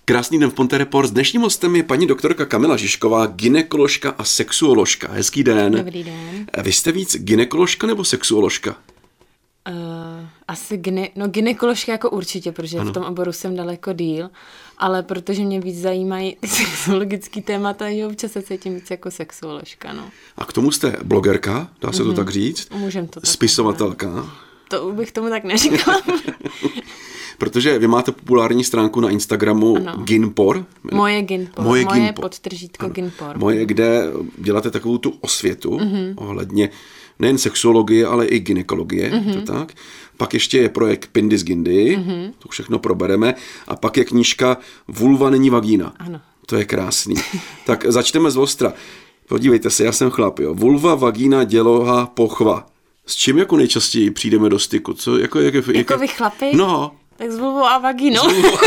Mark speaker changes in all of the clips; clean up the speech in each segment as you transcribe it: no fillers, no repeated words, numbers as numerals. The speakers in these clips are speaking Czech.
Speaker 1: Krásný den v Ponte Report. S dnešním hostem je paní doktorka Kamila Žižková, gynekoložka a sexuoložka. Hezký den.
Speaker 2: Dobrý den.
Speaker 1: Vy jste víc gynekoložka nebo sexuoložka?
Speaker 2: Asi gynekoložka jako určitě, protože v tom oboru jsem daleko díl, ale protože mě víc zajímají sexuologický témata, že občas se cítím víc jako sexuoložka, no.
Speaker 1: A k tomu jste blogerka, dá se to tak říct?
Speaker 2: Můžem to tak.
Speaker 1: Spisovatelka.
Speaker 2: To bych tomu tak neříkala.
Speaker 1: Protože vy máte populární stránku na Instagramu Gynpor.
Speaker 2: Moje Gynpor. Moje podtržítko Gynpor.
Speaker 1: Moje, kde děláte takovou tu osvětu ohledně nejen sexuologie, ale i gynekologie. To tak. Pak ještě je projekt Pindis Gindy, to všechno probereme. A pak je knížka Vulva není vagína.
Speaker 2: Ano.
Speaker 1: To je krásný. Tak začneme z ostra. Podívejte se, já jsem chlap, jo. Vulva, vagína, děloha, pochva. S čím jako nejčastěji přijdeme do styku? Co, jako
Speaker 2: vy chlapi?
Speaker 1: No.
Speaker 2: Tak s vulvou a vagínou.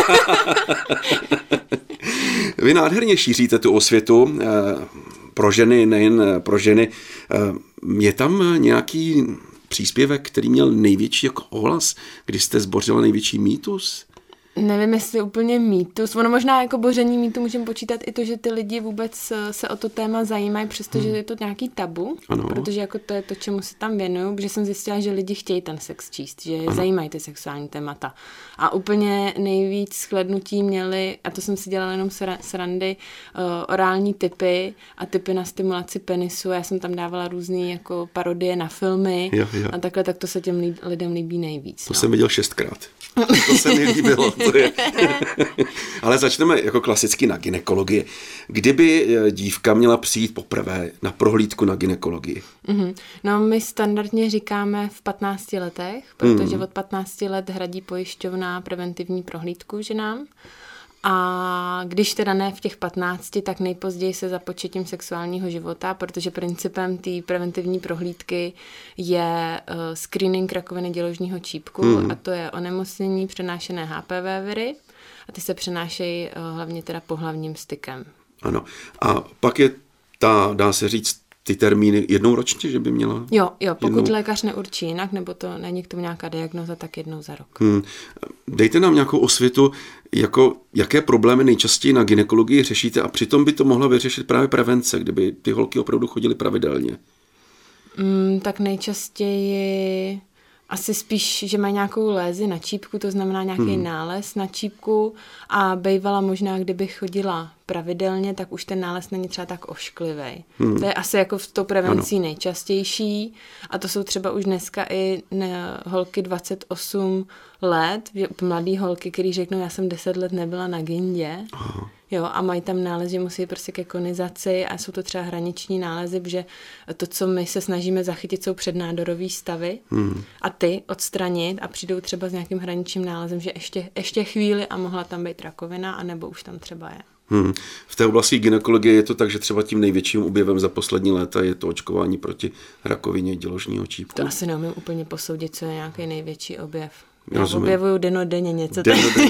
Speaker 1: Vy nádherně šíříte tu osvětu pro ženy, nejen pro ženy. Je tam nějaký příspěvek, který měl největší jako ohlas, kdy jste zbořila největší mýtus?
Speaker 2: Nevím, jestli úplně mýtus. Ono možná jako boření mýtu můžeme počítat i to, že ty lidi vůbec se o to téma zajímají, přestože je to nějaký tabu, protože jako to je to, čemu se tam věnuju, protože jsem zjistila, že lidi chtějí ten sex číst, že zajímají ty sexuální témata. A úplně nejvíc shlednutí měli, a to jsem si dělala jenom srandy, orální tipy a tipy na stimulaci penisu. Já jsem tam dávala různý jako parodie na filmy a takhle, tak to se těm lidem líbí nejvíc.
Speaker 1: To jsem viděl 6krát. To se mi líbilo. Ale začneme jako klasicky na gynekologii. Kdyby dívka měla přijít poprvé na prohlídku na gynekologii?
Speaker 2: No my standardně říkáme v 15 letech, protože od 15 let hradí pojišťovna preventivní prohlídku ženám. A když teda ne v těch 15, tak nejpozději se započetím sexuálního života, protože principem té preventivní prohlídky je screening rakoviny děložního čípku a to je onemocnění přenášené HPV viry a ty se přenášejí hlavně teda pohlavním stykem.
Speaker 1: Ano. A pak je dá se říct, ty termíny jednou ročně, že by měla?
Speaker 2: Jo, pokud lékař neurčí jinak, nebo to není k tomu nějaká diagnoza, tak jednou za rok.
Speaker 1: Dejte nám nějakou osvětu, jako jaké problémy nejčastěji na gynekologii řešíte a přitom by to mohla vyřešit právě prevence, kdyby ty holky opravdu chodily pravidelně.
Speaker 2: Tak nejčastěji asi spíš, že mají nějakou lézi na čípku, to znamená nějaký nález na čípku a bejvala možná, kdyby chodila pravidelně, tak už ten nález není třeba tak ošklivej. To je asi jako v tou prevencí nejčastější a to jsou třeba už dneska i holky 28 let, mladý holky, který řeknou, já jsem 10 let nebyla na gyndě. Jo, a mají tam nález, že musí prostě ke konizaci a jsou to třeba hraniční nálezy, protože to, co my se snažíme zachytit, jsou přednádorový stavy a ty odstranit a přijdou třeba s nějakým hraničním nálezem, že ještě chvíli a mohla tam být rakovina, anebo už tam třeba je.
Speaker 1: V té oblasti gynekologie je to tak, že třeba tím největším objevem za poslední léta je to očkování proti rakovině děložního čípku.
Speaker 2: To asi neumím úplně posoudit, co je nějaký největší objev. Já objevuju dennodenně něco.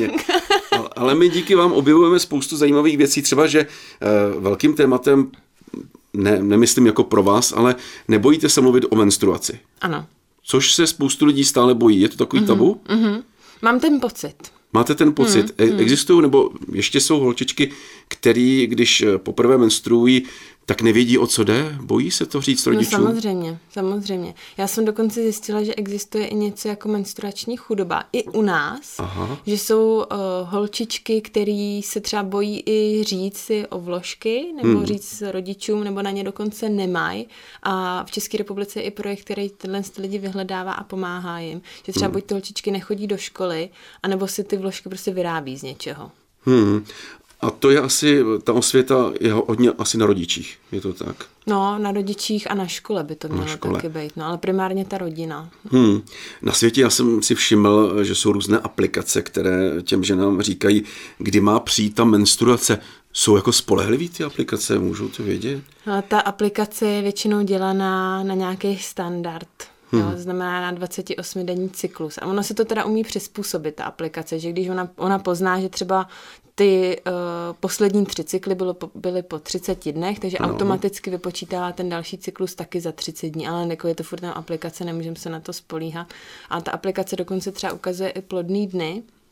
Speaker 1: Ale my díky vám objevujeme spoustu zajímavých věcí, třeba, že velkým tématem, nemyslím jako pro vás, ale nebojíte se mluvit o menstruaci.
Speaker 2: Ano.
Speaker 1: Což se spoustu lidí stále bojí. Je to takový tabu?
Speaker 2: Mám ten pocit.
Speaker 1: Máte ten pocit? Existují, nebo ještě jsou holčičky, který, když poprvé menstruují, tak nevědí, o co jde? Bojí se to říct rodičům?
Speaker 2: No samozřejmě. Já jsem dokonce zjistila, že existuje i něco jako menstruační chudoba. I u nás, že jsou holčičky, který se třeba bojí i říct si o vložky, nebo říct rodičům, nebo na ně dokonce nemají. A v České republice je i projekt, který tyhle lidi vyhledává a pomáhá jim. Že třeba buď ty holčičky nechodí do školy, anebo si ty vložky prostě vyrábí z něčeho.
Speaker 1: A to je asi, ta osvěta je hodně asi na rodičích, je to tak?
Speaker 2: No, na rodičích a na škole by to mělo taky být, no, ale primárně ta rodina.
Speaker 1: Na světě já jsem si všiml, že jsou různé aplikace, které těm ženám říkají, kdy má přijít ta menstruace. Jsou jako spolehlivý ty aplikace, můžou to vědět?
Speaker 2: No, ta aplikace je většinou dělaná na nějaký standard. Jo, znamená na 28-denní cyklus. A ono se to teda umí přizpůsobit, ta aplikace, že když ona pozná, že třeba ty poslední 3 cykly byly po 30 dnech, takže automaticky vypočítává ten další cyklus taky za 30 dní, ale jako je to furt tam aplikace, nemůžeme se na to spolíhat. A ta aplikace dokonce třeba ukazuje i plodný dny,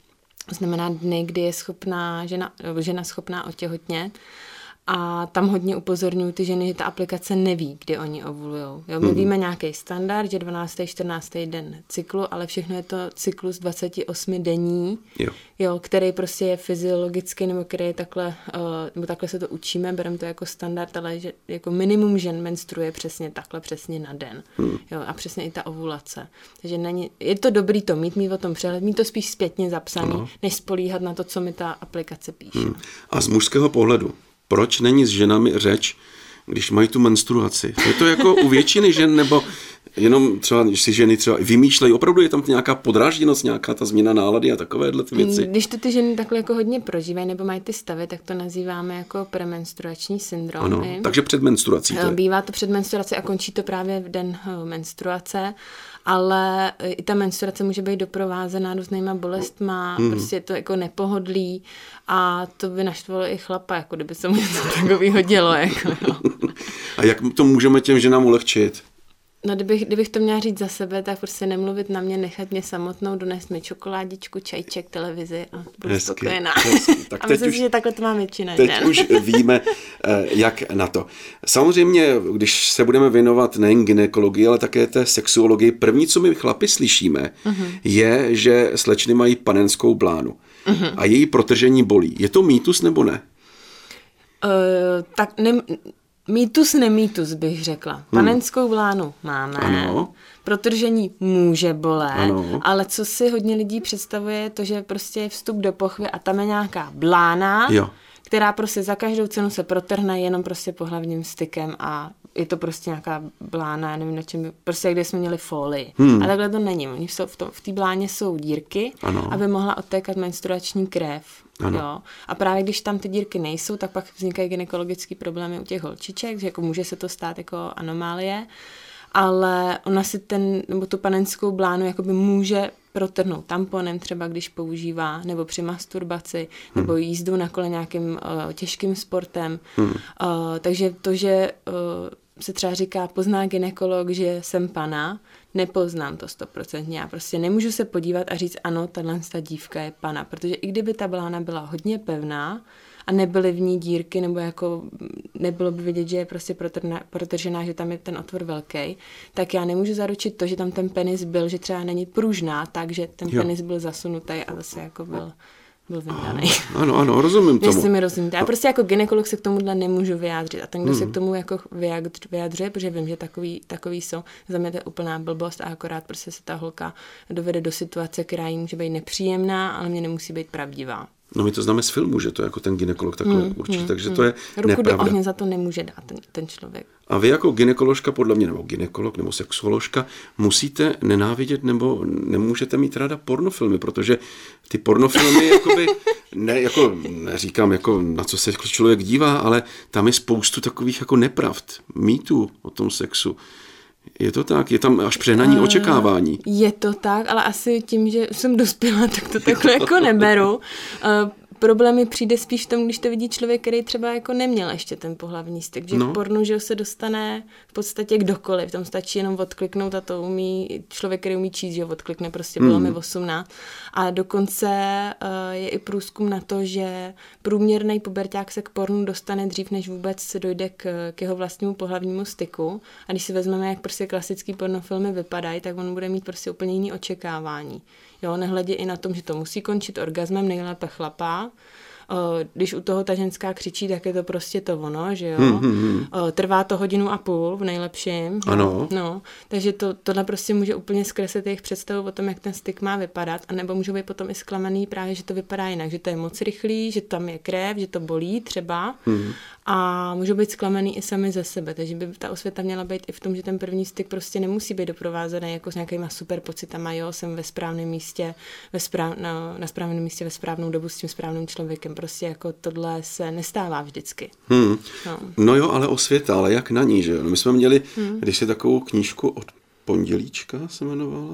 Speaker 2: znamená dny, kdy je žena schopná otěhotnět. A tam hodně upozorňují ty ženy, že ta aplikace neví, kdy oni ovulujou. Jo, my víme nějaký standard, že 12. 14. den cyklu, ale všechno je to cyklus 28 denní, jo, který prostě je fyziologicky, nebo který je takhle, nebo takhle se to učíme, bereme to jako standard, ale že jako minimum žen menstruuje přesně takhle, přesně na den. Jo, a přesně i ta ovulace. Takže je to dobrý to mít o tom přehled, mít to spíš zpětně zapsaný, než spolíhat na to, co mi ta aplikace píše.
Speaker 1: A z mužského pohledu, proč není s ženami řeč, když mají tu menstruaci? Je to jako u většiny žen, nebo jenom třeba, když si ženy třeba vymýšlejí, opravdu je tam nějaká podrážděnost, nějaká ta změna nálady a takovéhle ty věci?
Speaker 2: Když to ty ženy takhle jako hodně prožívají nebo mají ty stavy, tak to nazýváme jako premenstruační syndrom.
Speaker 1: Ano, takže před menstruací.
Speaker 2: Bývá to před menstruací a končí to právě v den menstruace, ale i ta menstruace může být doprovázená různýma bolestma, prostě je to jako nepohodlí a to by naštvalo i chlapa, jako kdyby se mu něco takového dělo. Jako,
Speaker 1: A jak to můžeme těm ženám ulehčit?
Speaker 2: No, kdybych to měla říct za sebe, tak prostě nemluvit na mě, nechat mě samotnou, donést mi čokoládičku, čajček, televizi a budu spokojená.
Speaker 1: Tak
Speaker 2: a myslím si, že takhle to mám většina.
Speaker 1: Teď už víme, jak na to. Samozřejmě, když se budeme věnovat nejen gynekologii, ale také té sexuologii, první, co my chlapi slyšíme, je, že slečny mají panenskou blánu a její protržení bolí. Je to mýtus nebo ne? Mýtus bych řekla. Panenskou blánu máme, ano. Protržení může bolet, ano. Ale co si hodně lidí představuje, je to, že prostě je vstup do pochvy a tam je nějaká blána, která prostě za každou cenu se protrhne jenom prostě pohlavním stykem a je to prostě nějaká blána, já nevím na čem, prostě jak jsme měli folii. A takhle to není. Oni v té bláně jsou dírky, ano. Aby mohla odtékat menstruační krev. Jo. A právě když tam ty dírky nejsou, tak pak vznikají gynekologické problémy u těch holčiček, že jako může se to stát jako anomálie, ale ona si tu panenskou blánu jakoby může protrhnout tamponem třeba, když používá, nebo při masturbaci, nebo jízdou na kole nějakým těžkým sportem. Takže to, že se třeba říká, pozná gynekolog, že jsem pana, nepoznám to 100%. Já prostě nemůžu se podívat a říct, ano, ta dívka je pana, protože i kdyby ta blána byla hodně pevná a nebyly v ní dírky, nebo jako nebylo by vidět, že je prostě protržená, že tam je ten otvor velký, tak já nemůžu zaručit to, že tam ten penis byl, že třeba není pružná, takže ten penis byl zasunutý a zase jako byl vyndaný. Ano, rozumím tomu.
Speaker 2: Jestli mi rozumíte. Já prostě jako gynekolog se k tomuhle nemůžu vyjádřit. A ten, kdo se k tomu jako vyjadřuje, protože vím, že takový jsou, za mě to je úplná blbost a akorát prostě se ta holka dovede do situace, která jí může být nepříjemná, ale mě nemusí být pravdivá.
Speaker 1: No my to známe z filmu, že to jako ten gynekolog takhle určitě, takže to je
Speaker 2: ruku
Speaker 1: nepravda.
Speaker 2: Do ohně za to nemůže dát ten člověk.
Speaker 1: A vy jako gynekoložka, podle mě, nebo gynekolog, nebo sexuoložka, musíte nenávidět nebo nemůžete mít ráda pornofilmy, protože ty pornofilmy jakoby, neříkám, jako na co se člověk dívá, ale tam je spoustu takových jako nepravd, mýtů o tom sexu. Je to tak? Je tam až přehnaní očekávání?
Speaker 2: Je to tak, ale asi tím, že jsem dospěla, tak to takhle jako neberu. Problém mi přijde spíš v tom, když to vidí člověk, který třeba jako neměl ještě ten pohlavní styk, že v pornu, že se dostane v podstatě kdokoliv, tam stačí jenom odkliknout a to umí člověk, který umí číst, že odklikne, prostě bylo mi 18. A dokonce je i průzkum na to, že průměrný puberťák se k pornu dostane dřív, než vůbec se dojde k jeho vlastnímu pohlavnímu styku. A když si vezmeme, jak prostě klasický pornofilmy vypadají, tak on bude mít prostě úplně jiný očekávání. Jo, nehledě i na tom, že to musí končit orgasmem, nejlépe chlapa. Když u toho ta ženská křičí, tak je to prostě to ono, že jo. Trvá to 1,5 hodiny v nejlepším.
Speaker 1: Ano.
Speaker 2: No, takže tohle prostě může úplně zkreslit jejich představu o tom, jak ten styk má vypadat, a nebo můžou být potom i zklamaný právě, že to vypadá jinak, že to je moc rychlý, že tam je krev, že to bolí třeba a můžou být zklamaný i sami ze sebe, takže by ta osvěta měla být i v tom, že ten první styk prostě nemusí být doprovázený jako s nějakýma super pocitama, jo, jsem ve správném místě, na správném místě ve správnou dobu s tím správným člověkem. Prostě jako tohle se nestává vždycky.
Speaker 1: No jo, ale osvěta, ale jak na ní, že jo? No my jsme měli, když si takovou knížku od Pondělíčka se jmenovala?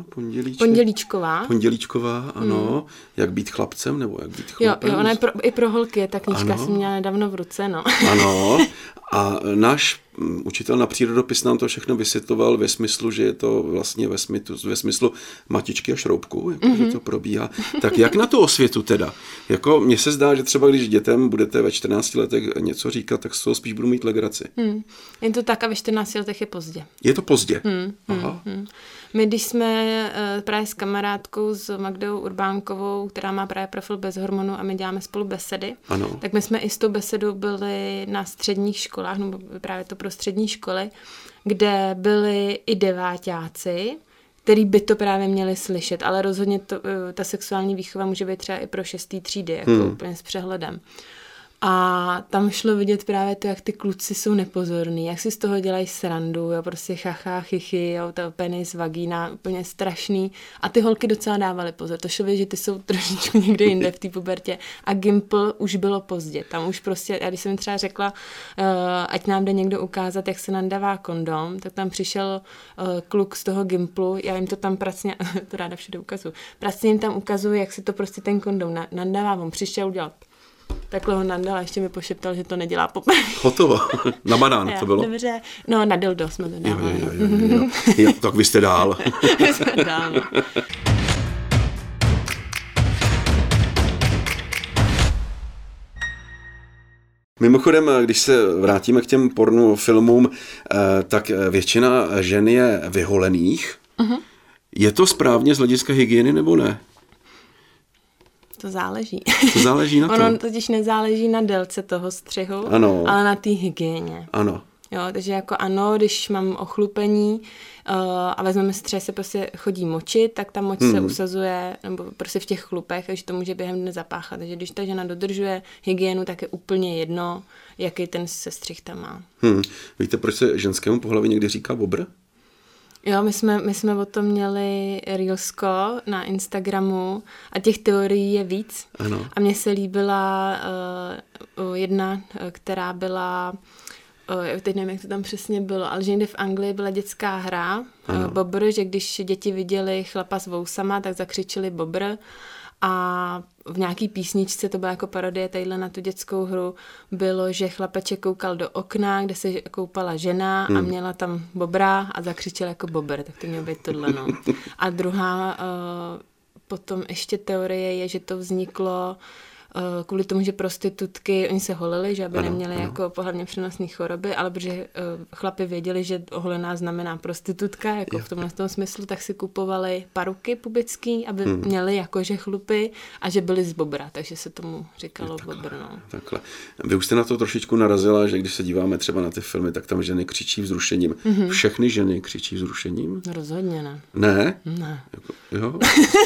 Speaker 1: Pondělíčková, ano. Jak být chlapcem, nebo jak být chlapem?
Speaker 2: Jo, ona je i pro holky, ta knížka jsem měla nedávno v ruce, no.
Speaker 1: Ano. A náš učitel na přírodopis nám to všechno vysvětloval ve smyslu, že je to vlastně ve smyslu matičky a šroubku, jako, že to probíhá. Tak jak na tu osvětu teda? Jako mně se zdá, že třeba když dětem budete ve 14 letech něco říkat, tak z toho spíš budu mít legraci.
Speaker 2: Jen to tak a ve 14 letech je pozdě.
Speaker 1: Je to pozdě? Aha.
Speaker 2: My, když jsme právě s kamarádkou, s Magdou Urbánkovou, která má právě profil bez hormonů a my děláme spolu besedy,
Speaker 1: ano.
Speaker 2: tak my jsme i s tou besedou byli na středních školách, nebo právě to pro střední školy, kde byli i deváťáci, který by to právě měli slyšet, ale rozhodně ta sexuální výchova může být třeba i pro 6. třídy, jako úplně s přehledem. A tam šlo vidět právě to, jak ty kluci jsou nepozorní, jak si z toho dělají srandu, jo, prostě chacha, chichy, jo, to penis, vagína, úplně strašný. A ty holky docela dávaly pozor. To šlo vidět, že ty jsou trošičku někde jinde v té pubertě. A Gimpl už bylo pozdě. Tam už prostě, já když jsem třeba řekla, ať nám jde někdo ukázat, jak se nandává kondom, tak tam přišel kluk z toho Gimplu, já jim to tam pracně, to ráda všude ukazuju, pracně jim tam ukazuju, jak se to prostě ten kondom nandává. On přišel udělat. Takhle ho nandal a ještě mi pošeptal, že to nedělá poprvé.
Speaker 1: Hotovo. Na banán to bylo?
Speaker 2: Dobře. No, na dildo jsme to dávali.
Speaker 1: Jo, tak vy jste dál.
Speaker 2: Dál, no.
Speaker 1: Mimochodem, když se vrátíme k těm pornu filmům, tak většina žen je vyholených. Je to správně z hlediska hygieny nebo ne?
Speaker 2: To záleží.
Speaker 1: To záleží na tom.
Speaker 2: Ono totiž nezáleží na délce toho střihu,
Speaker 1: ano.
Speaker 2: Ale na té hygieně.
Speaker 1: Ano.
Speaker 2: Jo, takže jako ano, když mám ochlupení a vezmeme si třeba, se prostě chodí močit, tak ta moč se usazuje nebo prostě v těch chlupech, takže to může během dne zapáchat. Takže když ta žena dodržuje hygienu, tak je úplně jedno, jaký ten sestřih tam má.
Speaker 1: Víte, proč se ženskému pohlaví někdy říká bobr?
Speaker 2: Jo, my jsme o tom měli reelsko na Instagramu a těch teorií je víc.
Speaker 1: Ano.
Speaker 2: A mně se líbila jedna, která byla, teď nevím, jak to tam přesně bylo, ale že někde v Anglii byla dětská hra, bobr, že když děti viděli chlapa s vousama, tak zakřičeli bobr. A v nějaký písničce, to byla jako parodie tadyhle na tu dětskou hru, bylo, že chlapeček koukal do okna, kde se koupala žena a měla tam bobra a zakřičel jako bobr, tak to mělo být tohle, no. A druhá potom ještě teorie je, že to vzniklo kvůli tomu, že prostitutky, oni se holili, že aby neměli jako pohlavně přenosné choroby, ale protože chlapi věděli, že oholená znamená prostitutka, jako v tomhle smyslu, tak si kupovali paruky pubický, aby měli jakože chlupy a že byli z bobra, takže se tomu říkalo bobr, no.
Speaker 1: Takhle. Vy už jste na to trošičku narazila, že když se díváme třeba na ty filmy, tak tam ženy křičí vzrušením. Všechny ženy křičí vzrušením?
Speaker 2: Rozhodně ne.
Speaker 1: Ne?
Speaker 2: Ne.
Speaker 1: Jo?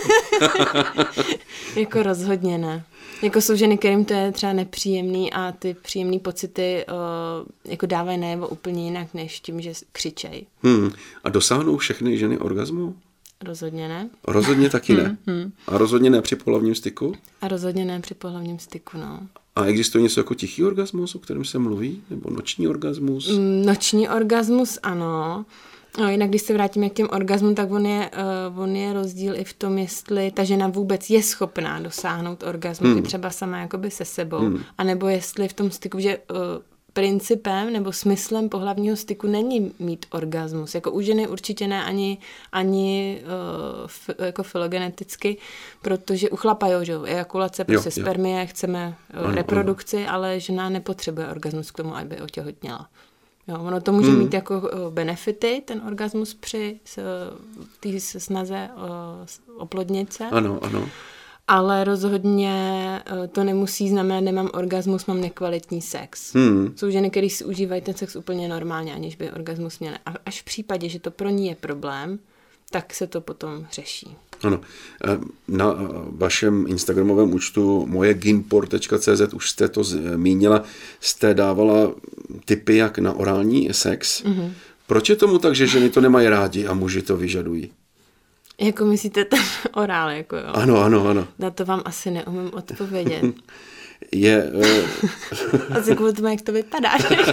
Speaker 2: Jako rozhodně ne. Jako jsou ženy, kterým to je třeba nepříjemný a ty příjemné pocity jako dávají najevo úplně jinak, než tím, že křičej.
Speaker 1: A dosáhnou všechny ženy orgazmu?
Speaker 2: Rozhodně ne.
Speaker 1: Rozhodně taky ne. A rozhodně ne při pohlavním styku?
Speaker 2: A rozhodně ne při pohlavním styku, no.
Speaker 1: A existuje něco jako tichý orgasmus, o kterém se mluví? Nebo noční orgasmus?
Speaker 2: Noční orgasmus, ano. No, jinak když se vrátíme k těm orgasmům, tak on je rozdíl i v tom, jestli ta žena vůbec je schopná dosáhnout orgasmu, i třeba sama jakoby se sebou, anebo jestli v tom styku, že principem nebo smyslem pohlavního styku není mít orgasmus. Jako u ženy určitě ne ani jako filogeneticky, protože u chlapa že ejakulace, prostě spermie, chceme reprodukci, ale žena nepotřebuje orgasmus k tomu, aby otěhotněla. Jo, ono to může mít jako benefity, ten orgasmus při té snaze oplodnit se.
Speaker 1: Ano, ano.
Speaker 2: Ale rozhodně to nemusí znamenat, nemám orgasmus, mám nekvalitní sex. Jsou ženy, které si užívají ten sex úplně normálně, aniž by orgasmus měly. A až v případě, že to pro ní je problém, tak se to potom řeší.
Speaker 1: Ano. Na vašem instagramovém účtu mojeginpor.cz už jste to zmínila, jste dávala tipy jak na orální sex. Proč je tomu tak, že ženy to nemají rádi a muži to vyžadují?
Speaker 2: Jako myslíte ten orál, jako jo?
Speaker 1: Ano.
Speaker 2: Na to vám asi neumím odpovědět.
Speaker 1: Je...
Speaker 2: Asi kvůli tomu, jak to vypadá.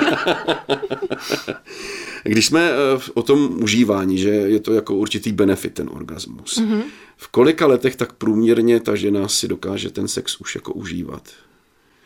Speaker 1: Když jsme o tom užívání, že je to jako určitý benefit, ten orgasmus. V kolika letech tak průměrně ta žena si dokáže ten sex už jako užívat?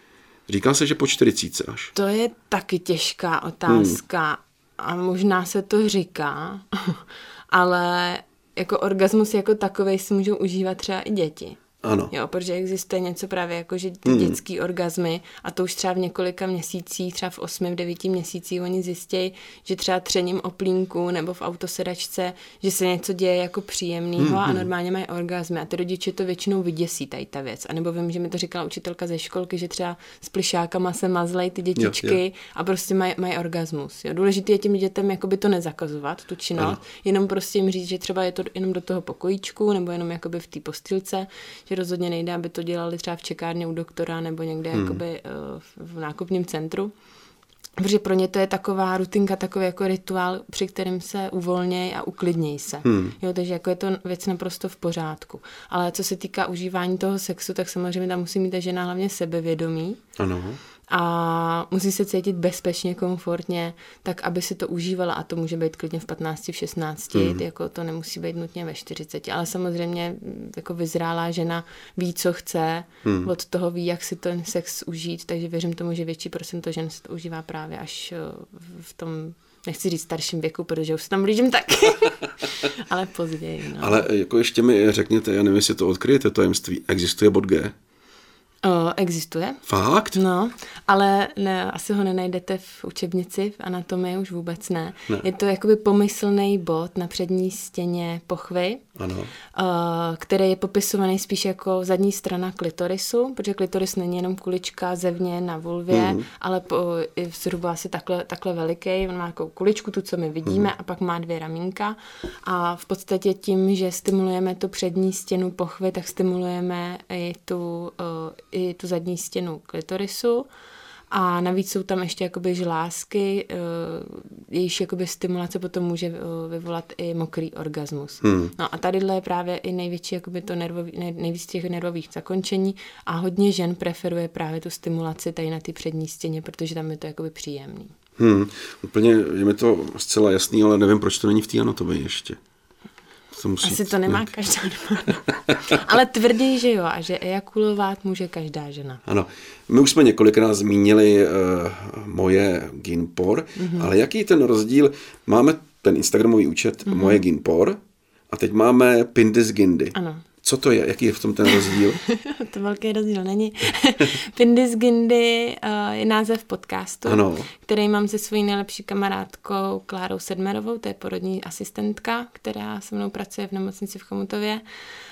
Speaker 1: Říká se, že po 40 až.
Speaker 2: To je taky těžká otázka a možná se to říká, ale jako orgasmus jako takovej si můžou užívat třeba i děti.
Speaker 1: Ano.
Speaker 2: Jo, protože existuje něco právě jako, že ty dětský orgazmy a to už třeba v několika měsících, třeba v 8, 9 měsících oni zjistějí, že třeba třením o plínku nebo v autosedačce, že se něco děje jako příjemného a normálně mají orgazmy a ty rodiče to většinou vyděsí tady ta věc. A nebo vím, že mi to říkala učitelka ze školky, že třeba s plišákama se mazlej ty dětičky a prostě mají orgasmus. Jo. Důležité je těm dětem jakoby to nezakazovat, tu činnost, jenom prostě jim říct, že třeba je to jenom do toho pokojíčku nebo jenom jakoby v té postýlce, že rozhodně nejde, aby to dělali třeba v čekárně u doktora nebo někde jakoby v nákupním centru. Protože pro ně to je taková rutinka, takový jako rituál, při kterým se uvolnějí a uklidnějí se. Jo, takže jako je to věc naprosto v pořádku. Ale co se týká užívání toho sexu, tak samozřejmě tam musí mít ta žena hlavně sebevědomí.
Speaker 1: Ano.
Speaker 2: A musí se cítit bezpečně, komfortně, tak aby si to užívala a to může být klidně v 15, v 16, jako to nemusí být nutně ve 40, ale samozřejmě jako vyzrálá žena ví, co chce, od toho ví, jak si ten sex užít, takže věřím tomu, že větší procento žen se to užívá právě až v tom, nechci říct starším věku, protože už se tam blížím taky, ale později. No.
Speaker 1: Ale jako ještě mi řekněte, já nevím, jestli to odkryjete tajemství, existuje bod G?
Speaker 2: Existuje.
Speaker 1: Fakt?
Speaker 2: No, ale ne, asi ho nenajdete v učebnici, v anatomii už vůbec ne. Je to jakoby pomyslný bod na přední stěně pochvy,
Speaker 1: ano.
Speaker 2: Který je popisovaný spíš jako zadní strana klitorisu, protože klitoris není jenom kulička zevně na vulvě, ale zhruba asi takhle veliký. On má jako kuličku, tu, co my vidíme, a pak má 2 ramínka. A v podstatě tím, že stimulujeme tu přední stěnu pochvy, tak stimulujeme i tu zadní stěnu klitorisu a navíc jsou tam ještě jakoby žlázky, jejíž jakoby stimulace potom může vyvolat i mokrý orgasmus. No a tadyhle je právě i největší jakoby to nejvíc těch nervových zakončení a hodně žen preferuje právě tu stimulaci tady na ty přední stěně, protože tam je to jakoby příjemný.
Speaker 1: Úplně je mi to zcela jasný, ale nevím, proč to není v té anatomii ještě.
Speaker 2: Asi to nemá každá žena. Ale tvrdí, že jo, a že ejakulovat může každá žena.
Speaker 1: Ano. My už jsme několikrát zmínili moje Ginpor, ale jaký je ten rozdíl? Máme ten instagramový účet moje Ginpor a teď máme Pindis Gindy.
Speaker 2: Ano.
Speaker 1: Co to je? Jaký je v tom ten rozdíl?
Speaker 2: To velký rozdíl není. Pindis Gindy je název podcastu, který mám se svojí nejlepší kamarádkou Klárou Sedmerovou, to je porodní asistentka, která se mnou pracuje v nemocnici v Chomutově.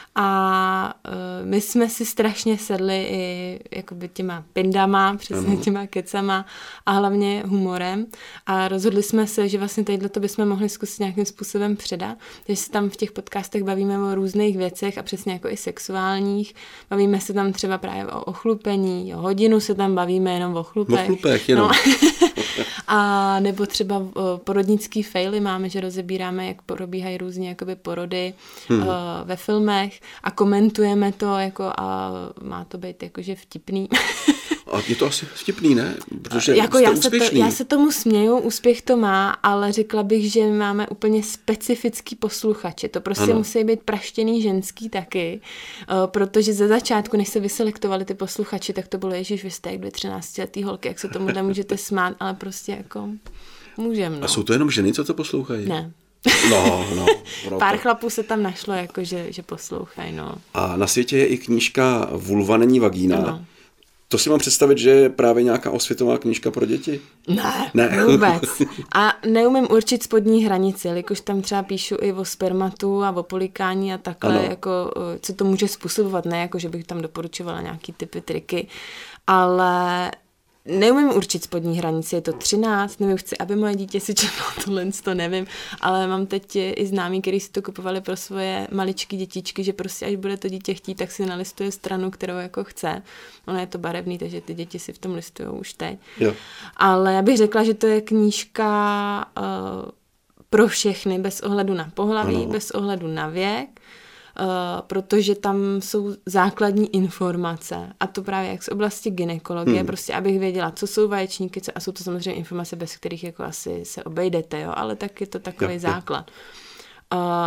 Speaker 2: A my jsme si strašně sedli i jakoby těma pindama, přesně těma kecama a hlavně humorem. A rozhodli jsme se, že vlastně tadyhle bychom mohli zkusit nějakým způsobem předat. Takže se tam v těch podcastech bavíme o různých věcech a přesně jako i sexuálních. Bavíme se tam třeba právě o ochlupení, o hodinu se tam bavíme jenom o chlupech.
Speaker 1: O chlupech, jenom.
Speaker 2: No. A nebo třeba porodnický faily máme, že rozebíráme, jak probíhají různě jakoby porody ve filmech a komentujeme to jako a má to být jakože vtipný.
Speaker 1: A je to asi vtipný, ne? Protože
Speaker 2: jako já se tomu směju, úspěch to má, ale řekla bych, že máme úplně specifický posluchače. To prostě musí být praštěný ženský taky, protože ze začátku, než se vyselektovali ty posluchači, tak to bylo ježiš, vy jste jak 13letý holky, jak se tomu nemůžete smát, ale prostě jako můžem. No.
Speaker 1: A jsou to jenom ženy, co to poslouchají?
Speaker 2: Ne.
Speaker 1: No.
Speaker 2: Pár chlapů se tam našlo, jako že poslouchají, no.
Speaker 1: A na světě je i knížka Vulva není vagína.
Speaker 2: Ano.
Speaker 1: To si mám představit, že je právě nějaká osvětová knížka pro děti?
Speaker 2: Ne, vůbec. A neumím určit spodní hranici, jelikož tam třeba píšu i o spermatu a o polikání a takhle, jako, co to může způsobovat, ne jako, že bych tam doporučovala nějaký typy, triky, ale neumím určit spodní hranici, je to 13, nevím, chci, aby moje dítě si četlo tohle, to nevím, ale mám teď i známí, kteří si to kupovali pro svoje maličky dětičky, že prostě až bude to dítě chtít, tak si nalistuje stranu, kterou jako chce. Ono je to barevný, takže ty děti si v tom listují už teď.
Speaker 1: Jo.
Speaker 2: Ale já bych řekla, že to je knížka pro všechny, bez ohledu na pohlaví, bez ohledu na věk, protože tam jsou základní informace a to právě jak z oblasti gynekologie, prostě abych věděla, co jsou vaječníky a jsou to samozřejmě informace, bez kterých jako asi se obejdete, jo, ale tak je to takový základ.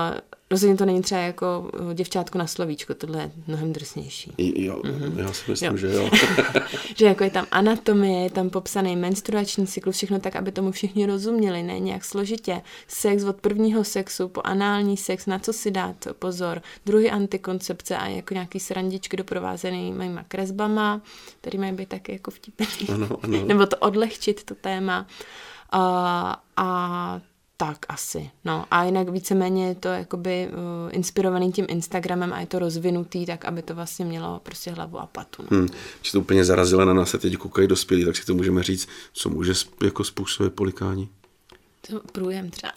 Speaker 2: rozhodně to není třeba jako děvčátko na slovíčko, tohle je mnohem drsnější.
Speaker 1: Jo, já si myslím, že jo.
Speaker 2: Že jako je tam anatomie, je tam popsaný menstruační cyklus, všechno tak, aby tomu všichni rozuměli, ne nějak složitě. Sex od prvního sexu po anální sex, na co si dát pozor, druhy antikoncepce a jako nějaký srandičky doprovázený mýma kresbama, který mají být taky jako vtipný.
Speaker 1: Ano.
Speaker 2: Nebo to odlehčit, to téma. A tak asi. No a jinak víceméně je to jakoby inspirovaný tím Instagramem a je to rozvinutý tak, aby to vlastně mělo prostě hlavu a patu. No.
Speaker 1: Či to úplně zarazilo, na nás se teď koukají dospělí, tak si to můžeme říct, co může jako způsobit polikání.
Speaker 2: To průjem třeba.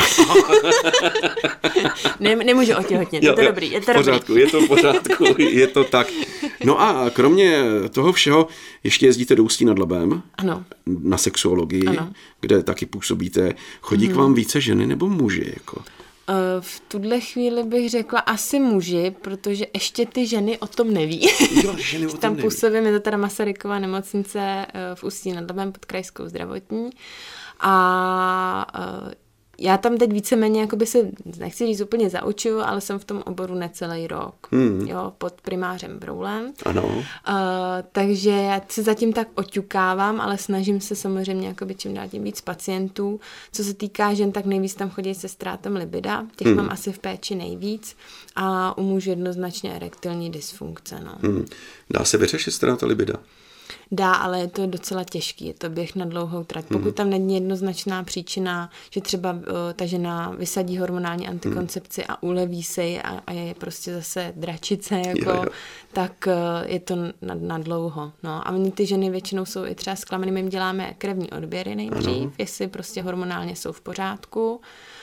Speaker 2: Nemůžu otěhotnět, je to dobrý. Je to
Speaker 1: v pořádku, je to v pořádku, je to tak. No a kromě toho všeho ještě jezdíte do Ústí nad Labem.
Speaker 2: Ano.
Speaker 1: Na sexuologii,
Speaker 2: ano.
Speaker 1: kde taky působíte. Chodí k vám více ženy nebo muži? Jako?
Speaker 2: V tuhle chvíli bych řekla asi muži, protože ještě ty ženy o tom neví.
Speaker 1: Jo, ženy o tom
Speaker 2: tam
Speaker 1: neví.
Speaker 2: působím, je to teda Masarykova nemocnice v Ústí nad Labem pod Krajskou zdravotní. A já tam teď víceméně jakoby se, nechci říct úplně zaučuju, ale jsem v tom oboru necelý rok. Jo, pod primářem Broulem.
Speaker 1: Ano.
Speaker 2: Takže já se zatím tak oťukávám, ale snažím se samozřejmě jakoby čím dál tím víc pacientů. Co se týká žen, tak nejvíc tam chodí se ztrátem libida. Těch mám asi v péči nejvíc. A u mužů jednoznačně erektilní dysfunkce. No.
Speaker 1: Dá se vyřešit ztráta libida?
Speaker 2: Dá, ale je to docela těžký, je to běh na dlouhou trať. Pokud tam není jednoznačná příčina, že třeba ta žena vysadí hormonální antikoncepci a uleví se ji a je prostě zase dračice, jako, jo. Tak je to na dlouho. No. A oni ty ženy většinou jsou i třeba zklamaný, my jim děláme krevní odběry nejdřív, jestli prostě hormonálně jsou v pořádku.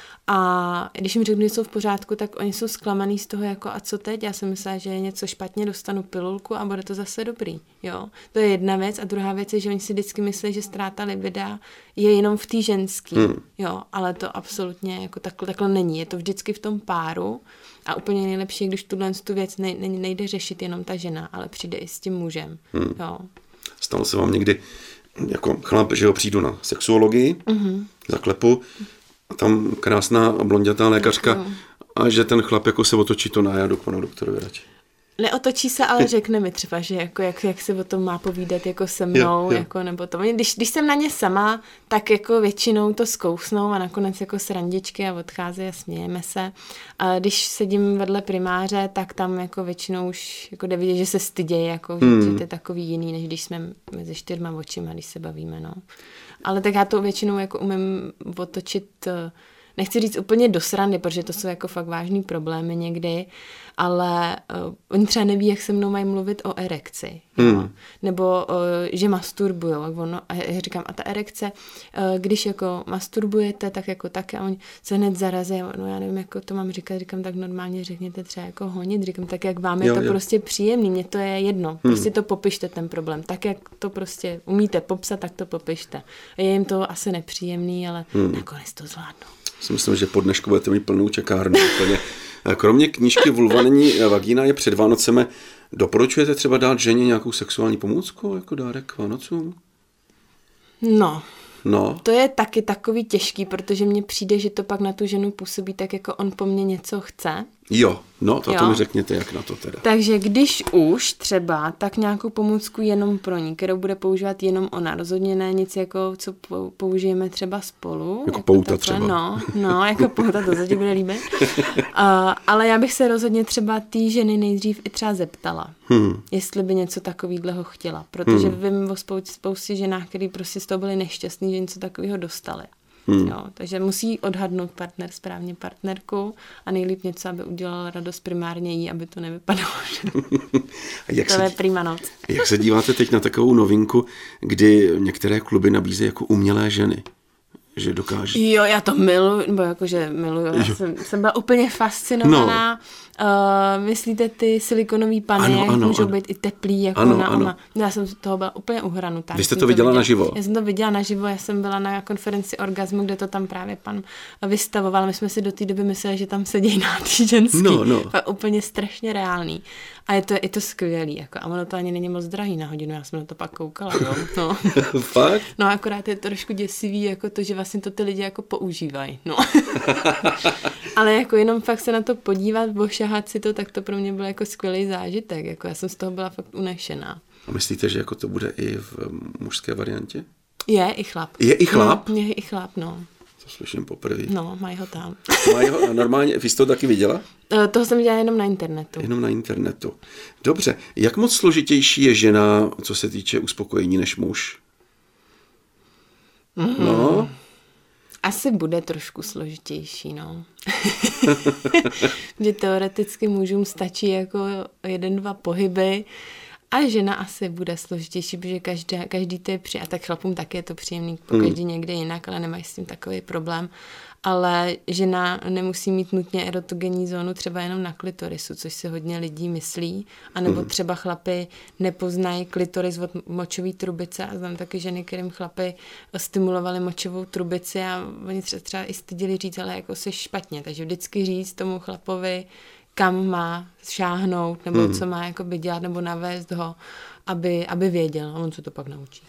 Speaker 2: A když jim řeknu, že jsou v pořádku, tak oni jsou zklamaný z toho, jako a co teď? Já jsem myslela, že je něco špatně, dostanu pilulku a bude to zase dobrý. Jo? To je jedna věc. A druhá věc je, že oni si vždycky myslí, že ztráta libida je jenom v té ženský. Jo? Ale to absolutně jako takhle není. Je to vždycky v tom páru a úplně nejlepší, když tu věc nejde řešit jenom ta žena, ale přijde i s tím mužem. Jo?
Speaker 1: Stalo se vám někdy jako chlap, že ho přijdu na sexuologii, zaklepu, a tam krásná blondětá lékařka a že ten chlap jako se otočí to na já jdu k panu doktorovi radši.
Speaker 2: Neotočí se, ale řekne mi třeba, že jako jak se o tom má povídat jako se mnou,
Speaker 1: jo.
Speaker 2: jako nebo to. Když jsem na ně sama, tak jako většinou to zkousnou a nakonec jako srandičky a odchází a smějeme se. A když sedím vedle primáře, tak tam jako většinou už jako jde vidět, že se stydějí, jako, že to je takový jiný, než když jsme mezi 4 očima, když se bavíme, no. Ale tak já to většinou jako umím otočit, nechci říct úplně do srandy, protože to jsou jako fakt vážný problémy někdy, ale oni třeba neví, jak se mnou mají mluvit o erekci. Jo? Nebo že masturbujou. A já říkám, a ta erekce, když jako masturbujete, tak jako tak a oni se hned zarazí. No já nevím, jako to mám říkat. Říkám, tak normálně řekněte třeba jako honit. Říkám, tak jak vám je to prostě příjemný. Mně to je jedno. Prostě to popište ten problém. Tak jak to prostě umíte popsat, tak to popište. Je jim to asi nepříjemný, ale nakonec to zvládnou.
Speaker 1: Myslím, že po dnešku budete mít plnou čekárnu. Kromě knížky Vulva není vagína je před Vánocemi. Doporučujete třeba dát ženě nějakou sexuální pomůcku jako dárek k Vánocům?
Speaker 2: No, to je taky takový těžký, protože mně přijde, že to pak na tu ženu působí tak, jako on po mně něco chce.
Speaker 1: Jo, to mi řekněte, jak na to teda.
Speaker 2: Takže když už třeba, tak nějakou pomůcku jenom pro ní, kterou bude používat jenom ona. Rozhodně ne nic, jako co použijeme třeba spolu.
Speaker 1: Jako pouta
Speaker 2: takhle,
Speaker 1: třeba.
Speaker 2: No, jako pouta, to se ti bude líbit. Ale já bych se rozhodně třeba té ženy nejdřív i třeba zeptala, jestli by něco takového chtěla. Protože vím o spoustě ženách, který prostě z toho byli nešťastní, že něco takového dostali. Jo, takže musí odhadnout partner správně partnerku a nejlíp něco, aby udělala radost primárně jí, aby to nevypadalo. To je prima noc.
Speaker 1: Jak se díváte teď na takovou novinku, kdy některé kluby nabízejí jako umělé ženy? Že dokáží.
Speaker 2: Jo, já to miluju, nebo jakože miluju. Já jsem byla úplně fascinovaná. Myslíte ty silikonové pany, jak můžou být i teplý, jako na ona. Já jsem toho byla úplně uhranutá.
Speaker 1: Vy jste to viděla naživo?
Speaker 2: Já jsem to viděla naživo, já jsem byla na konferenci orgazmu, kde to tam právě pan vystavoval. My jsme si do té doby mysleli, že tam sedějí na ty ženský. Úplně strašně reálný. A je to skvělý, jako, a ono to ani není moc drahý na hodinu, já jsem na to pak koukala, jo. No.
Speaker 1: Fakt?
Speaker 2: No akorát je to trošku děsivý, jako to, že vlastně to ty lidi jako používají, no. Ale jako jenom fakt se na to podívat, ošahat si to, tak to pro mě byl jako skvělý zážitek. Jako já jsem z toho byla fakt unešená.
Speaker 1: A myslíte, že jako to bude i v mužské variantě?
Speaker 2: Je i chlap.
Speaker 1: Je i chlap?
Speaker 2: No, je i chlap, no.
Speaker 1: To slyším poprvé.
Speaker 2: No, mají ho tam.
Speaker 1: Mají ho, a normálně, vy jsi to taky viděla?
Speaker 2: Toho jsem viděla jenom na internetu.
Speaker 1: Jenom na internetu. Dobře, jak moc složitější je žena, co se týče uspokojení, než muž? No.
Speaker 2: Asi bude trošku složitější, no. Že teoreticky mužům stačí jako 1-2 pohyby a žena asi bude složitější, protože každý to je a tak chlapům taky je to příjemný, každý někde jinak, ale nemají s tím takový problém. Ale žena nemusí mít nutně erotogenní zónu třeba jenom na klitorisu, což si hodně lidí myslí. A nebo třeba chlapy nepoznají klitoris od močové trubice a znám taky ženy, kterým chlapy stimulovali močovou trubici a oni třeba i stydili říct, ale jako se špatně. Takže vždycky říct tomu chlapovi, kam má šáhnout, nebo co má jakoby dělat, nebo navést ho, aby věděl. A on se to pak naučí.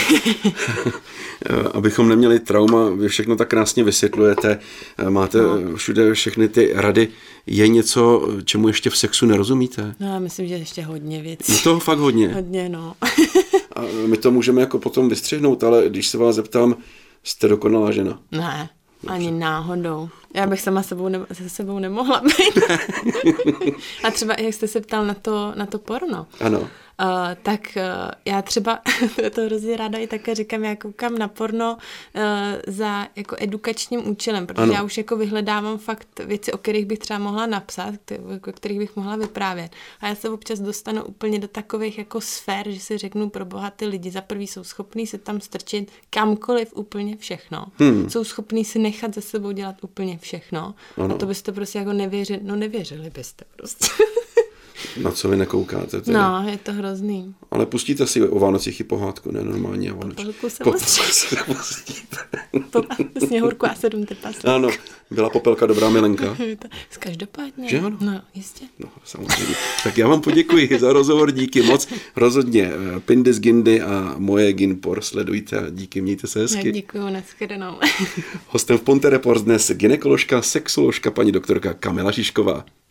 Speaker 1: Abychom neměli trauma, vy všechno tak krásně vysvětlujete, máte všude všechny ty rady. Je něco, čemu ještě v sexu nerozumíte?
Speaker 2: No, já myslím, že ještě hodně věcí.
Speaker 1: Je toho fakt hodně.
Speaker 2: Hodně, no.
Speaker 1: A my to můžeme jako potom vystřihnout, ale když se vás zeptám, jste dokonalá žena?
Speaker 2: Ne. Ani náhodou. Já bych sama se sebou nemohla být. A třeba, jak jste se ptal na to porno.
Speaker 1: Ano.
Speaker 2: Tak já třeba to hrozně ráda i také říkám, já koukám na porno za jako edukačním účelem, protože já už jako vyhledávám fakt věci, o kterých bych třeba mohla napsat, o kterých bych mohla vyprávět. A já se občas dostanu úplně do takových jako sfér, že si řeknu, pro boha, ty lidi za prvý jsou schopní se tam strčit kamkoliv úplně všechno. Jsou schopní si nechat za sebou dělat úplně všechno. Ano. A to byste prostě jako nevěřili, nevěřili byste prostě.
Speaker 1: Na co vy nekoukáte? Teda?
Speaker 2: No, je to hrozný.
Speaker 1: Ale pustíte si o Vánocích i pohádku, ne? Normálně o Vánocích.
Speaker 2: Popelku se pustíte. Sněhurku a 7 trpaslíků.
Speaker 1: Ano, byla Popelka dobrá milenka.
Speaker 2: Každopádně.
Speaker 1: Že ano?
Speaker 2: No, jistě.
Speaker 1: No, samozřejmě. Tak já vám poděkuji za rozhovor, díky moc. Rozhodně Pindis Gindy a moje Ginpor sledujte a díky, mějte se hezky.
Speaker 2: Děkuju, nashledanou.
Speaker 1: Hostem v Ponte Reports dnes gynekoložka, sexoložka, paní doktorka Kamila Žižková.